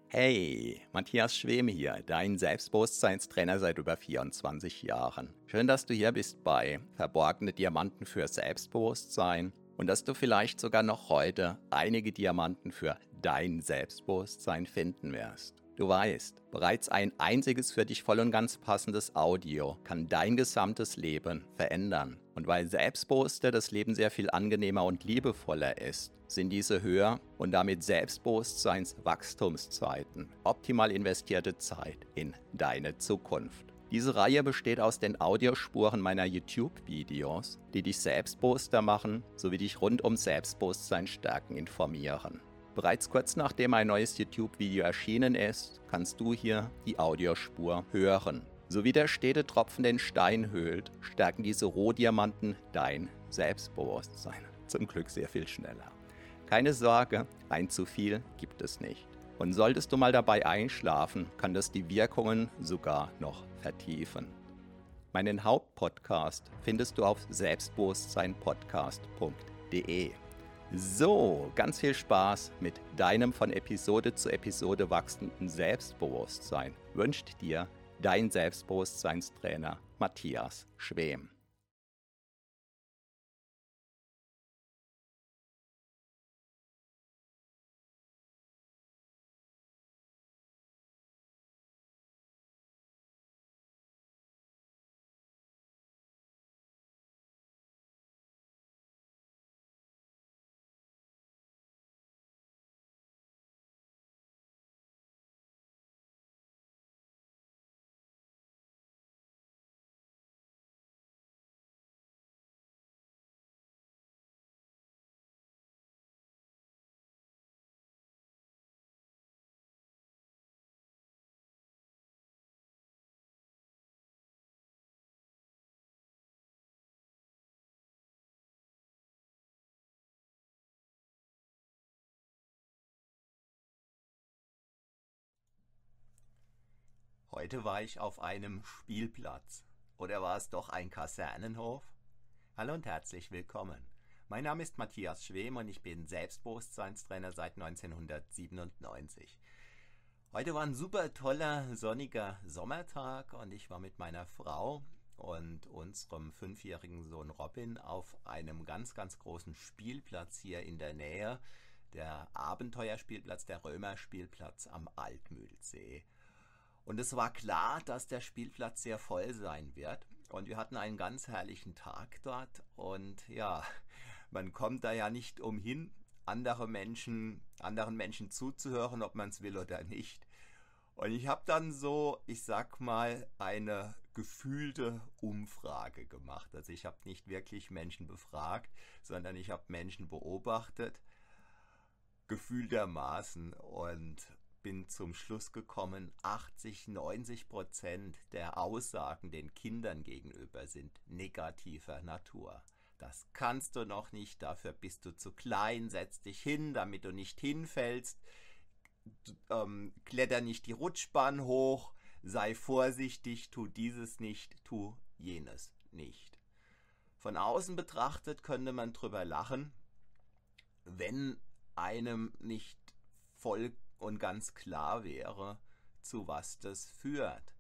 Hey, Matthias Schwem hier, dein Selbstbewusstseinstrainer seit über 24 Jahren. Schön, dass du hier bist bei Verborgene Diamanten für Selbstbewusstsein und dass du vielleicht sogar noch heute einige Diamanten für dein Selbstbewusstsein finden wirst. Du weißt, bereits ein einziges für dich voll und ganz passendes Audio kann dein gesamtes Leben verändern. Und weil Selbstbewusster das Leben sehr viel angenehmer und liebevoller ist, sind diese Höher- und damit Selbstbewusstseinswachstumszeiten optimal investierte Zeit in deine Zukunft. Diese Reihe besteht aus den Audiospuren meiner YouTube-Videos, die dich selbstbewusster machen, sowie dich rund um Selbstbewusstsein stärken informieren. Bereits kurz nachdem ein neues YouTube-Video erschienen ist, kannst du hier die Audiospur hören. So wie der stete Tropfen den Stein höhlt, stärken diese Rohdiamanten dein Selbstbewusstsein. Zum Glück sehr viel schneller. Keine Sorge, ein zu viel gibt es nicht. Und solltest du mal dabei einschlafen, kann das die Wirkungen sogar noch vertiefen. Meinen Hauptpodcast findest du auf selbstbewusstseinpodcast.de. So, ganz viel Spaß mit deinem von Episode zu Episode wachsenden Selbstbewusstsein wünscht dir dein Selbstbewusstseinstrainer Matthias Schwem. Heute war ich auf einem Spielplatz. Oder war es doch ein Kasernenhof? Hallo und herzlich willkommen. Mein Name ist Matthias Schwem und ich bin Selbstbewusstseinstrainer seit 1997. Heute war ein super toller, sonniger Sommertag und ich war mit meiner Frau und unserem 5-jährigen Sohn Robin auf einem ganz, ganz großen Spielplatz hier in der Nähe. Der Abenteuerspielplatz, der Römerspielplatz am Altmühlsee. Und es war klar, dass der Spielplatz sehr voll sein wird. Und wir hatten einen ganz herrlichen Tag dort. Und ja, man kommt da ja nicht umhin, anderen Menschen zuzuhören, ob man es will oder nicht. Und ich habe dann so, ich sag mal, eine gefühlte Umfrage gemacht. Also ich habe nicht wirklich Menschen befragt, sondern ich habe Menschen beobachtet, gefühltermaßen, und bin zum Schluss gekommen, 80-90% der Aussagen den Kindern gegenüber sind negativer Natur. Das kannst du noch nicht, dafür bist du zu klein, setz dich hin, damit du nicht hinfällst, kletter nicht die Rutschbahn hoch, sei vorsichtig, tu dieses nicht, tu jenes nicht. Von außen betrachtet könnte man drüber lachen, wenn einem nicht voll und ganz klar wäre, zu was das führt.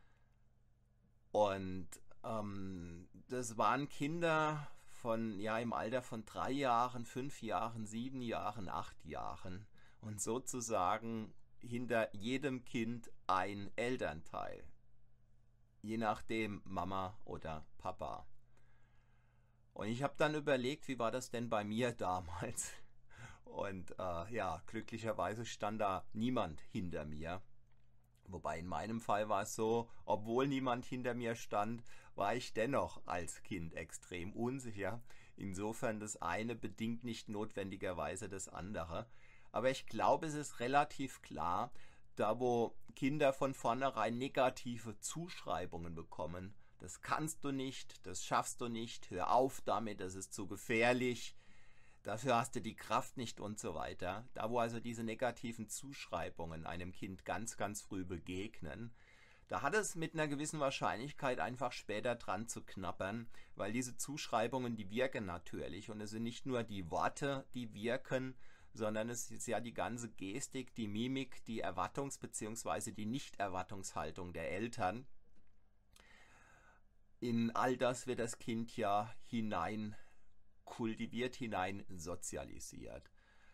Und das waren Kinder im Alter von 3 Jahren, 5 Jahren, 7 Jahren, 8 Jahren und sozusagen hinter jedem Kind ein Elternteil, je nachdem Mama oder Papa. Und ich habe dann überlegt, wie war das denn bei mir damals? Und glücklicherweise stand da niemand hinter mir. Wobei in meinem Fall war es so, obwohl niemand hinter mir stand, war ich dennoch als Kind extrem unsicher. Insofern das eine bedingt nicht notwendigerweise das andere. Aber ich glaube, es ist relativ klar, da wo Kinder von vornherein negative Zuschreibungen bekommen, das kannst du nicht, das schaffst du nicht, hör auf damit, das ist zu gefährlich, dafür hast du die Kraft nicht und so weiter. Da wo also diese negativen Zuschreibungen einem Kind ganz, ganz früh begegnen, da hat es mit einer gewissen Wahrscheinlichkeit einfach später dran zu knabbern, weil diese Zuschreibungen, die wirken natürlich, und es sind nicht nur die Worte, die wirken, sondern es ist ja die ganze Gestik, die Mimik, die bzw. die Nicht-Erwartungshaltung der Eltern. In all das wird das Kind ja hinein kultiviert, hinein sozialisiert.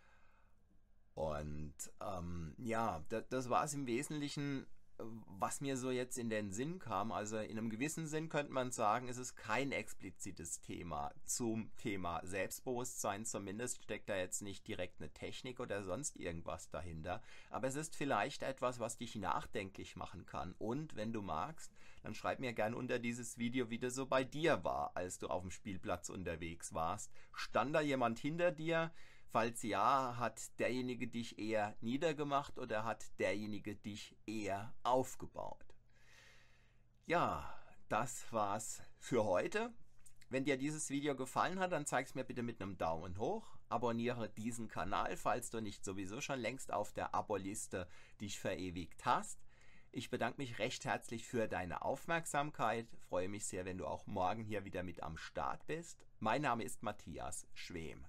Und das war es im Wesentlichen, was mir so jetzt in den Sinn kam. Also in einem gewissen Sinn könnte man sagen, es ist kein explizites Thema zum Thema Selbstbewusstsein. Zumindest steckt da jetzt nicht direkt eine Technik oder sonst irgendwas dahinter. Aber es ist vielleicht etwas, was dich nachdenklich machen kann. Und wenn du magst, dann schreib mir gerne unter dieses Video, wie das so bei dir war, als du auf dem Spielplatz unterwegs warst. Stand da jemand hinter dir? Falls ja, hat derjenige dich eher niedergemacht oder hat derjenige dich eher aufgebaut? Ja, das war's für heute. Wenn dir dieses Video gefallen hat, dann zeig es mir bitte mit einem Daumen hoch. Abonniere diesen Kanal, falls du nicht sowieso schon längst auf der Abo-Liste dich verewigt hast. Ich bedanke mich recht herzlich für deine Aufmerksamkeit. Freue mich sehr, wenn du auch morgen hier wieder mit am Start bist. Mein Name ist Matthias Schwem.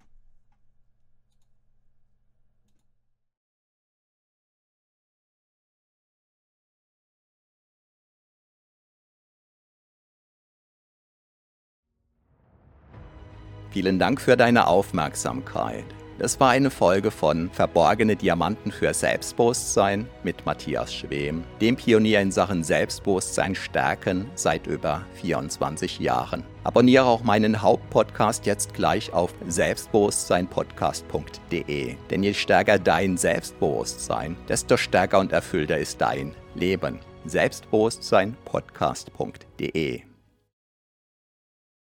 Vielen Dank für deine Aufmerksamkeit. Das war eine Folge von Verborgene Diamanten für Selbstbewusstsein mit Matthias Schwem, dem Pionier in Sachen Selbstbewusstsein stärken seit über 24 Jahren. Abonniere auch meinen Hauptpodcast jetzt gleich auf selbstbewusstseinpodcast.de. Denn je stärker dein Selbstbewusstsein, desto stärker und erfüllter ist dein Leben. Selbstbewusstseinpodcast.de